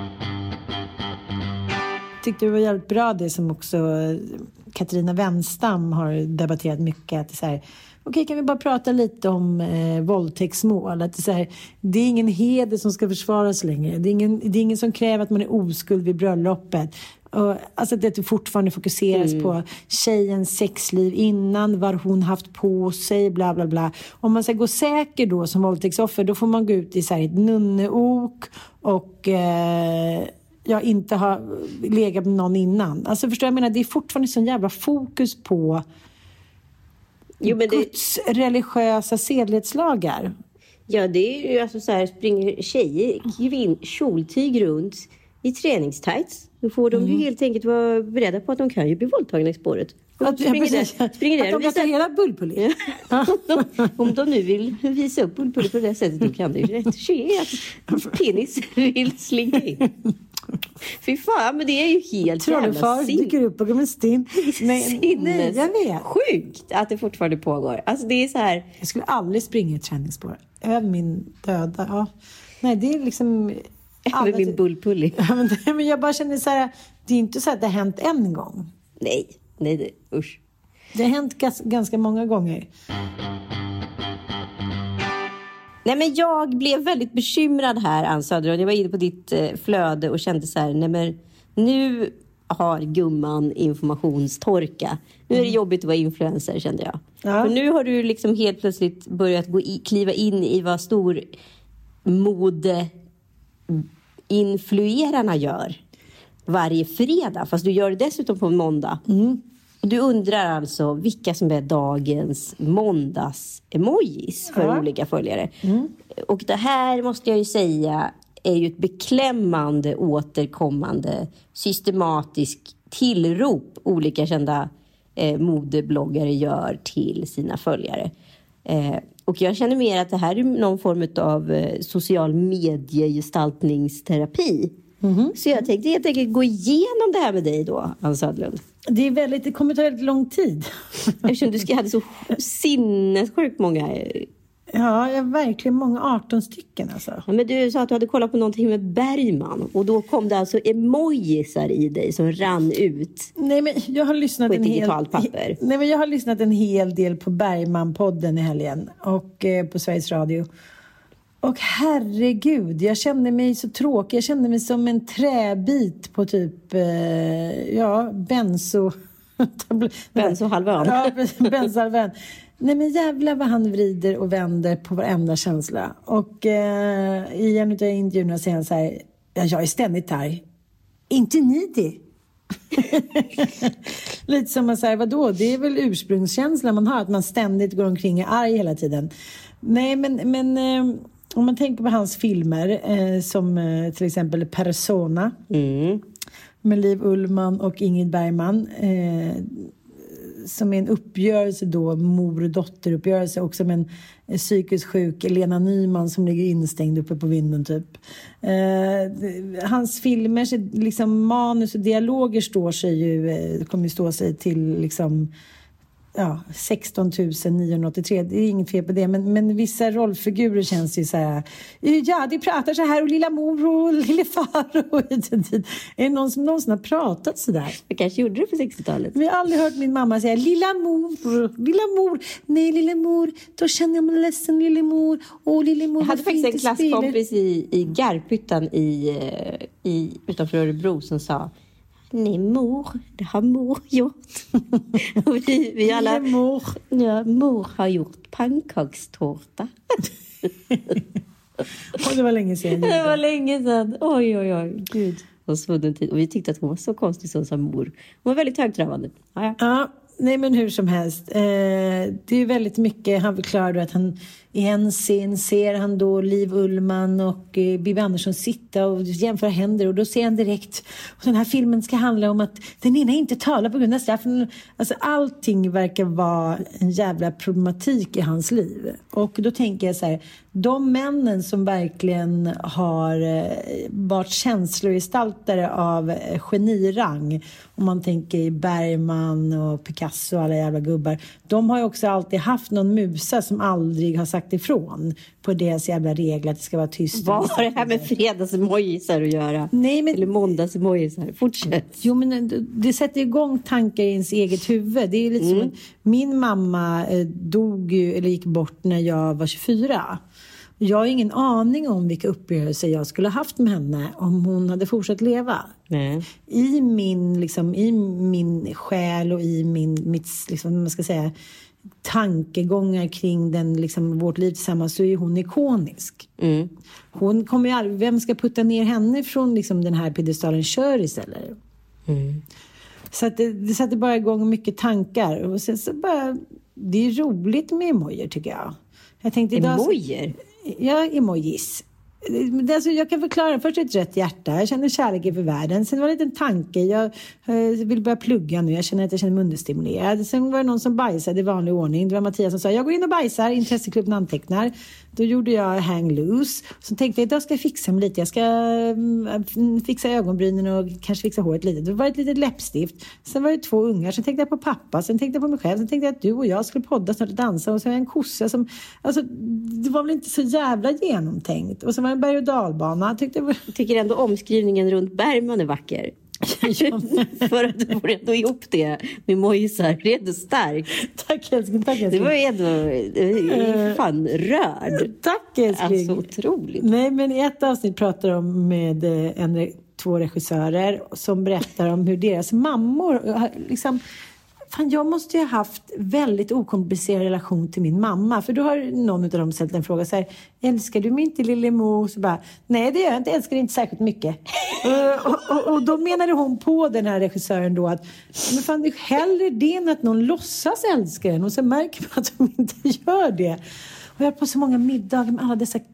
Tyckte det var jävligt bra det som också Katarina Wenstam har debatterat mycket. Att det är så här, okej, kan vi bara prata lite om våldtäktsmål? Att det är så här, det är ingen heder som ska försvaras längre. Det är ingen som kräver att man är oskuld vid bröllopet. Och, alltså att det fortfarande fokuseras på tjejens sexliv innan, vad hon haft på sig, bla bla bla. Om man ska gå säker då som våldtäktsoffer, då får man gå ut i så här, ett nunneok och inte ha legat med någon innan. Alltså förstår jag menar, det är fortfarande sån jävla fokus på Guds religiösa sedlighetslagar. Ja, det är ju alltså så här, springer tjejer kjoltyg runt i träningstights. Då får de ju helt enkelt vara beredda på att de kan ju bli våldtagna i spåret. Att de kan ta hela bullpulli. Om de nu vill visa upp bullpulli på det sättet, då kan det ju rätt ske att penis vill slinka in. Fy fan, men det är ju helt jävla dyker upp och kommer stinn. Nej, jag vet. Sjukt att det fortfarande pågår. Alltså det är så här. Jag skulle aldrig springa i träningsspår. Över min döda. Ja. Nej, det är liksom över min bullpulli. Men jag bara känner så här, det är inte så att det har hänt en gång. Nej, usch. Det har hänt ganska många gånger. Nej, men jag blev väldigt bekymrad här, Ann Söderlund. Jag var inne på ditt flöde och kände så här, nej men nu har gumman informationstorka. Nu är det jobbigt att vara influencer, kände jag. Ja. För nu har du liksom helt plötsligt börjat kliva in i vad stor modeinfluerarna gör varje fredag. Fast du gör det dessutom på en måndag. Du undrar alltså vilka som är dagens måndags-emojis för olika följare. Och det här måste jag ju säga är ju ett beklämmande, återkommande, systematisk tillrop olika kända modebloggare gör till sina följare. Och jag känner mer att det här är någon form av social mediegestaltningsterapi. Så jag tänkte helt enkelt gå igenom det här med dig då, Ann Söderlund. Det kommer ta väldigt lång tid. Eftersom du hade så sinnessjukt många. Ja, jag verkligen många 18 stycken alltså. Ja, men du sa att du hade kollat på någonting med Bergman. Och då kom det alltså emojisar i dig som rann ut. Nej, men jag har lyssnat på ett digitalt papper. Nej, men jag har lyssnat en hel del på Bergman-podden i helgen. Och på Sveriges Radio. Och herregud, jag kände mig så tråkig. Jag kände mig som en träbit på typ, benzohalvön. Ja, benzohalvön. Nej, men jävlar vad han vrider och vänder på varenda känsla. Och i en av intervjuerna säger han så här, jag är ständigt arg. Inte ni det? Lite som man säger, vadå? Det är väl ursprungskänslan man har, att man ständigt går omkring och är arg hela tiden. Nej, men om man tänker på hans filmer som till exempel Persona med Liv Ullmann och Ingrid Bergman, som är en uppgörelse då, mor- och dotteruppgörelse, också med en psykiskt sjuk Lena Nyman som ligger instängd uppe på vinden typ. Hans filmer, liksom manus och dialoger står sig ju, kommer ju stå sig till liksom 16 983, det är inget fel på det, men vissa rollfigurer känns ju så här, ja, de pratar så här och lilla mor och lille far och är det någon som någonsin har pratat så där? Jag kanske gjorde det på 60-talet. Vi har aldrig hört min mamma säga lilla mor, nej lille mor, då känner jag mig ledsen lille mor, och lille mor. Jag hade faktiskt en klasskompis i Garphyttan utanför Örebro som sa: nej mor, det har mor gjort. Och vi alla, mor. Ja, mor har gjort pannkakstårta. Och det var länge sedan. Det var länge sedan. Oj, gud. Och svunnen tid. Och vi tyckte att hon var så konstig som sa mor. Hon var väldigt högtravande. Ja, nej men hur som helst. Det är väldigt mycket. Han förklarar då att han i en scen ser han då Liv Ullmann och Bibi Andersson sitta och jämföra händer. Och då ser han direkt att den här filmen ska handla om att den ena inte talar på grund av straffen. Alltså allting verkar vara en jävla problematik i hans liv. Och då tänker jag så här, de männen som verkligen har varit känslogestaltare av genirang, om man tänker Bergman och Picasso och alla jävla gubbar, de har ju också alltid haft någon musa som aldrig har sagt ifrån på deras jävla regler att det ska vara tyst. Vad har det här med fredagsmojisar att göra? Nej, men... Eller måndagsmojisar? Fortsätt. Jo, men det sätter igång tankar i ens eget huvud. Det är lite som min mamma dog ju, eller gick bort när jag var 24. Jag har ingen aning om vilka upplevelser jag skulle ha haft med henne om hon hade fortsatt leva. Nej. I min själ och i mitt liksom, man ska säga, tankegångar kring vårt liv tillsammans, så är hon ikonisk. Hon kommer ju aldrig, vem ska putta ner henne från den här piedestalen, kör istället. Så att det satte bara igång mycket tankar, och sen så bara, det är roligt med emojier tycker jag. Jag tänkte emojier? Ja, emojis. Alltså, jag kan förklara. Först ett rött hjärta. Jag känner kärlek för världen. Sen var det en liten tanke. Jag vill börja plugga nu. Jag känner att jag känner mig understimulerad. Sen var det någon som bajsade i vanlig ordning. Det var Mattias som sa, jag går in och bajsar. Intresseklubben antecknar. Då gjorde jag hang loose. Så tänkte jag, idag ska jag fixa mig lite. Jag ska fixa ögonbrynen och kanske fixa håret lite. Det var ett litet läppstift. Sen var det 2 ungar. Sen tänkte jag på pappa. Sen tänkte jag på mig själv. Sen tänkte jag att du och jag skulle podda snart och dansa. Och så var jag en kossa som... Alltså, det var väl inte så jävla genomtänkt. Och så var det en berg- och dalbana. Jag tycker ändå omskrivningen runt Bergman är vacker. För att du får ändå ihop det med mojisar. Det är ändå starkt. Tack älskling, tack älskling. Det var ändå fan rörd. Tack älskling. Alltså otroligt. Nej, men i ett avsnitt pratar de med 2 regissörer som berättar om hur deras mammor liksom... Fan, jag måste ju ha haft väldigt okomplicerad relation till min mamma. För då har någon av dem ställt en fråga så här: älskar du mig inte lille mor? Så bara, nej det gör jag inte, älskar inte särskilt mycket. och då menade hon på den här regissören då att, men fan det är hellre det än att någon låtsas älska den. Och så märker man att de inte gör det. Och jag har på så många middagar med alla dessa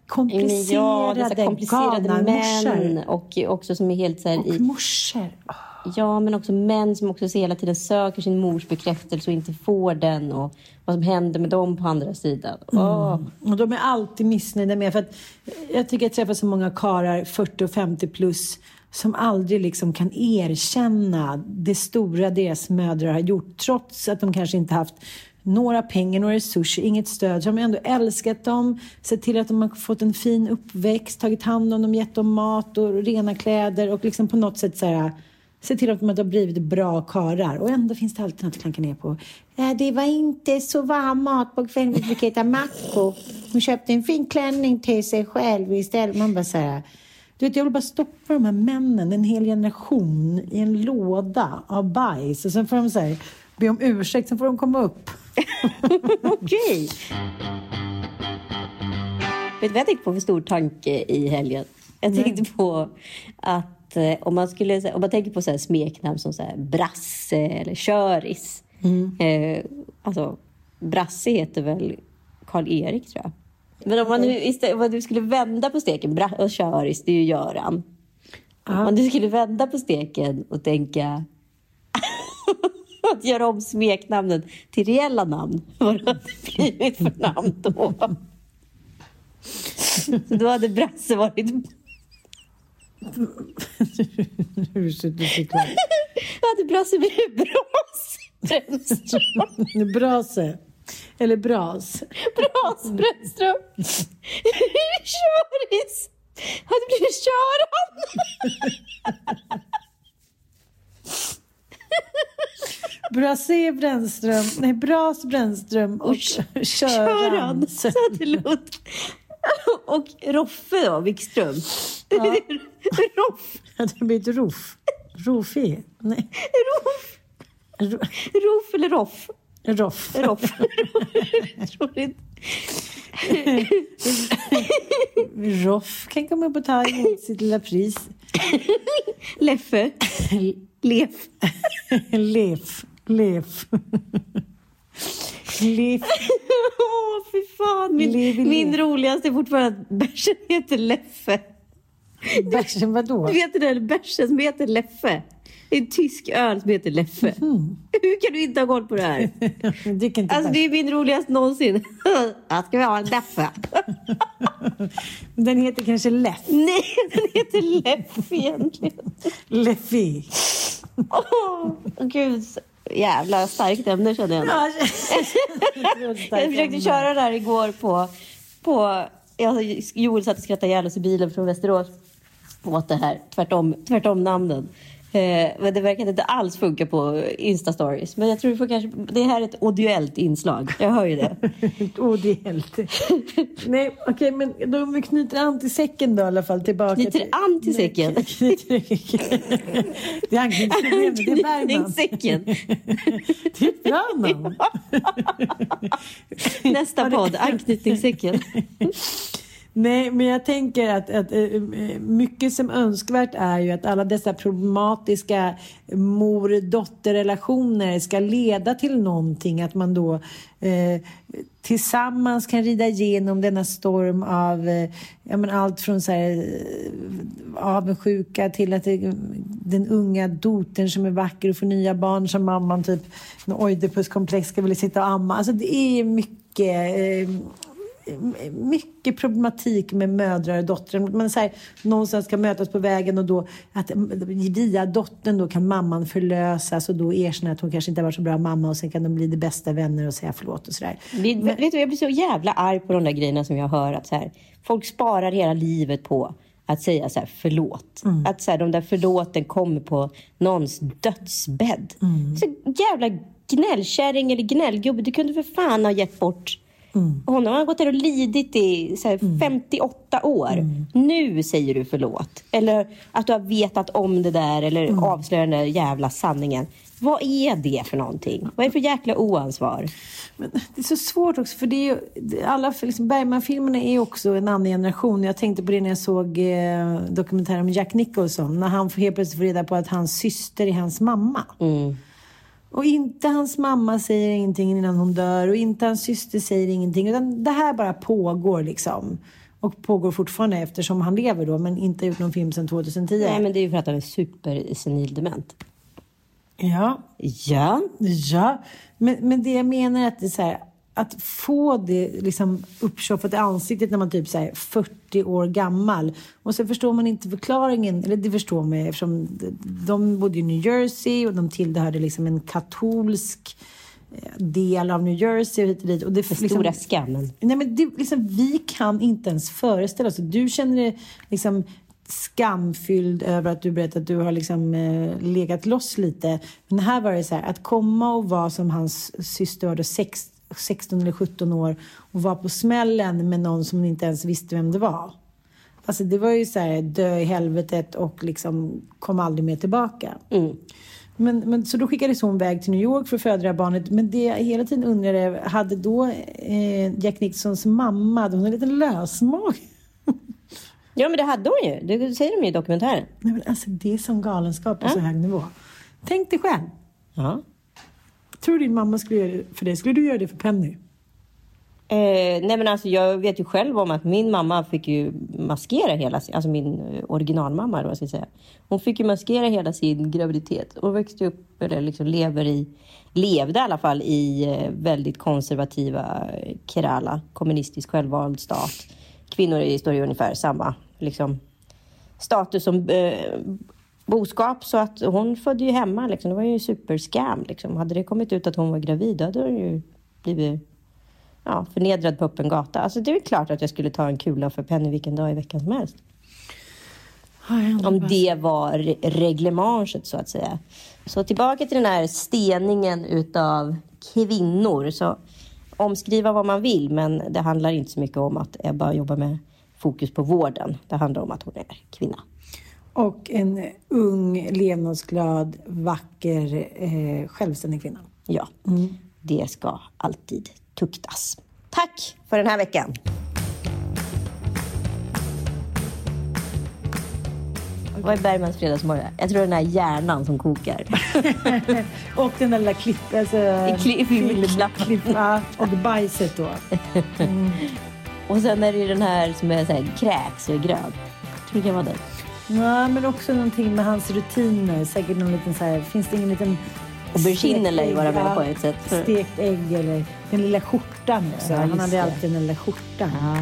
komplicerade män. Och också som är helt så här... Och morsor. Ja, men också män som också hela tiden söker sin mors bekräftelse och inte får den, och vad som händer med dem på andra sidan. Och de är alltid missnöjda med, för att jag tycker jag träffar så många karar 40 och 50 plus som aldrig kan erkänna det stora deras mödrar har gjort, trots att de kanske inte haft några pengar, några resurser, inget stöd. Så de har ändå älskat dem, sett till att de har fått en fin uppväxt, tagit hand om dem, gett dem mat och rena kläder och på något sätt så här, se till att de har blivit bra karar. Och ändå finns det alltid något att klanka ner på. Det var inte så varm mat på kvällen, vi fick äta mackor. Hon köpte en fin klänning till sig själv istället. Man bara så här, du vet, jag vill bara stoppa de här männen, en hel generation i en låda av bajs. Och sen får de så här, be om ursäkt, sen får de komma upp. Okej. Vet du vad jag tänkte på för stor tanke i helgen? Jag tänkte på att om man tänker på så här smeknamn som så här Brasse eller Köris. Alltså Brasse heter väl Karl-Erik, tror jag. Men om man nu istället, om du skulle vända på steken, och Köris, det är ju Göran. Om du skulle vända på steken och tänka att göra om smeknamnen till reella namn. Vad det hade blivit för namn då? Så då hade Brasse varit... Då hade Brasse blivit Bras Brännström. Brase. Eller Bras. Bras Brännström. Köris. Hade blivit Köran. Brasse Brännström. Nej, Bras Brännström och Köran. Så det låter. Och Roffe då, Wikström. Ja. Roff. Det blir ett Roff. Rofi. Nej. Roff. Roff eller Roff? Roff. Roff. Jag tror inte. Roff kan komma upp och ta emot sitt lilla pris. Leffe. Lef. Lef. Lef. Lef. Åh, fy fan. Min roligaste är fortfarande att bärsen heter Leffe. Bärsen vadå? Du vet det där bärsen som heter Leffe. En tysk öl som heter Leffe. Hur kan du inte ha koll på det här? Alltså det är min roligaste någonsin. Jag ska ha en Leffe. Den heter kanske Leff. Nej, den heter Leff egentligen. Leffi. Gud, jävla starkt ämne känner jag. Jag försökte köra där igår på Joel satt och skrattade ihjäl oss i bilen från Västerås åt det här, tvärtom namnen. Men det verkar inte alls funka på Insta-stories. Men jag tror vi får kanske... Det här är ett audiellt inslag. Jag hör ju det. Audiellt. Nej, okej, men då vi knyter an till säcken då i alla fall. Tillbaka knyter an till säcken? Det är anknytningsproblemet. Det är Bergman. Det är ett bra namn. Nästa podd, anknytningssäcken. Nej, men jag tänker att mycket som önskvärt är ju att alla dessa problematiska mor-dotter-relationer ska leda till någonting. Att man då tillsammans kan rida igenom denna storm av allt från så här, avundsjuka till att den unga dottern som är vacker och får nya barn som mamman typ en oidipuskomplex ska vilja sitta och amma. Alltså det är mycket problematik med mödrar och dottrar. Man så här, någonstans ska mötas på vägen och då att via dottern då kan mamman förlösas och då erkänna att hon kanske inte har varit så bra mamma och sen kan de bli de bästa vänner och säga förlåt och sådär. Vet du, jag blir så jävla arg på de där grejerna som jag hör att så här, folk sparar hela livet på att säga så här, förlåt. Att så här, de där förlåten kommer på någons dödsbädd. Så jävla gnällkärring eller gnällgubbe, du kunde för fan ha gett bort honom har gått där och lidit i så här, 58 år. Nu säger du förlåt. Eller att du har vetat om det där eller avslöjar den där jävla sanningen. Vad är det för någonting? Vad är det för jäkla oansvar? Men det är så svårt också för det är ju, alla liksom, Bergman-filmerna är också en annan generation. Jag tänkte på det när jag såg dokumentären om Jack Nicholson. När han helt plötsligt får reda på att hans syster är hans mamma. Och inte hans mamma säger ingenting innan hon dör. Och inte hans syster säger ingenting. Utan det här bara pågår liksom. Och pågår fortfarande eftersom han lever då. Men inte gjort någon film sedan 2010. Nej, men det är ju för att han är supersenildement. Ja. Men det jag menar är att det är så här, att få det liksom upptjoffat i ansiktet när man typ så här 40 år gammal. Och så förstår man inte förklaringen. Eller det förstår man eftersom de bodde i New Jersey och de tillhörde liksom en katolsk del av New Jersey och hit och dit. Och det liksom, stora skammen. Nej, men det, liksom, vi kan inte ens föreställa oss. Du känner dig liksom skamfylld över att du berättar att du har liksom legat loss lite. Men här var det så här, att komma och vara som hans syster var då 16 eller 17 år och var på smällen med någon som inte ens visste vem det var. Alltså det var ju så här, dö i helvetet och liksom kom aldrig mer tillbaka. Men så då skickades hon väg till New York för att föda det här barnet. Men det jag hela tiden undrade, hade då Jack Nicholsons mamma, hade hon en liten lösmag? Ja, men det hade hon ju. Det säger de ju i dokumentären. Nej, men alltså det är som galenskap på så hög nivå. Tänk dig själv. Ja. Tror din mamma skulle göra det för dig? Skulle du göra det för Penny? Nej men alltså jag vet ju själv om att min mamma fick ju maskera hela sin, alltså min originalmamma eller vad ska jag säga. Hon fick ju maskera hela sin graviditet och växte upp, eller liksom levde i alla fall i väldigt konservativa Kerala, kommunistisk självvald stat. Kvinnor står ju ungefär samma liksom status som boskap, så att hon födde ju hemma liksom. Det var ju en superscam liksom. Hade det kommit ut att hon var gravid, då hade hon ju blivit förnedrad på öppen gata. Alltså det är klart att jag skulle ta en kula för Penny vilken dag i veckan som helst. Om det var reglementet så att säga. Så tillbaka till den här steningen utav kvinnor. Så omskriva vad man vill, men det handlar inte så mycket om att Ebba jobbar med fokus på vården. Det handlar om att hon är kvinna. Och en ung, levnadsglad, vacker, självständig kvinna. Ja, det ska alltid tuktas. Tack för den här veckan. Vad är Bergmans fredagsmorgon? Jag tror den här hjärnan som kokar. Och den där lilla klipp, alltså, och bajset då. Och sen är det den här som är så här, kräks och är grön. Tror jag var det. Nej, men också någonting med hans rutiner. Säkert någon liten så här, finns det ingen liten aubergine lär ju vara med på ett sätt. Stekt ägg eller den lilla skjortan också. Han hade alltid den lilla skjortan. Ja.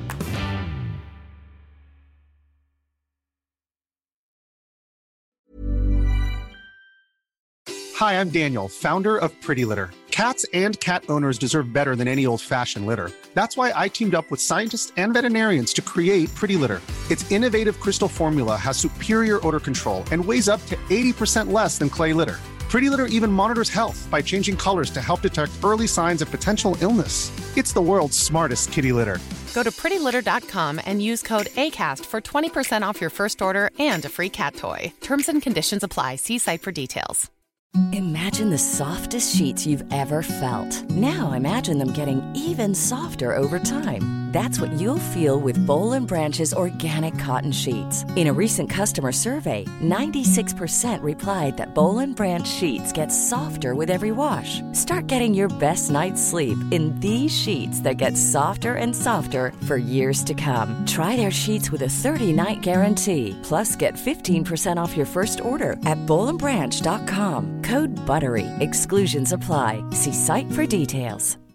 Hi, I'm Daniel, founder of Pretty Litter. Cats and cat owners deserve better than any old-fashioned litter. That's why I teamed up with scientists and veterinarians to create Pretty Litter. Its innovative crystal formula has superior odor control and weighs up to 80% less than clay litter. Pretty Litter even monitors health by changing colors to help detect early signs of potential illness. It's the world's smartest kitty litter. Go to prettylitter.com and use code ACAST for 20% off your first order and a free cat toy. Terms and conditions apply. See site for details. Imagine the softest sheets you've ever felt. Now imagine them getting even softer over time. That's what you'll feel with Boll & Branch's organic cotton sheets. In a recent customer survey, 96% replied that Boll & Branch sheets get softer with every wash. Start getting your best night's sleep in these sheets that get softer and softer for years to come. Try their sheets with a 30-night guarantee. Plus, get 15% off your first order at bollandbranch.com. Code BUTTERY. Exclusions apply. See site for details.